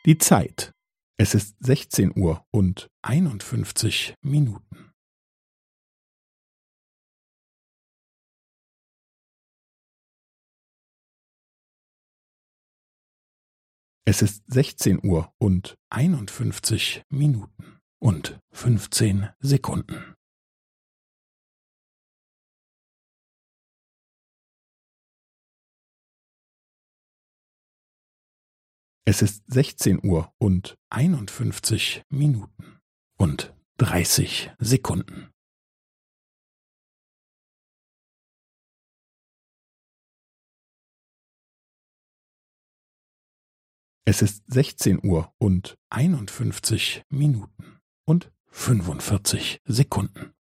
Die Zeit. Es ist 16:51. Es ist 16:51 und 15 Sekunden. Es ist 16:51 und 30 Sekunden. Es ist 16:51 und 45 Sekunden.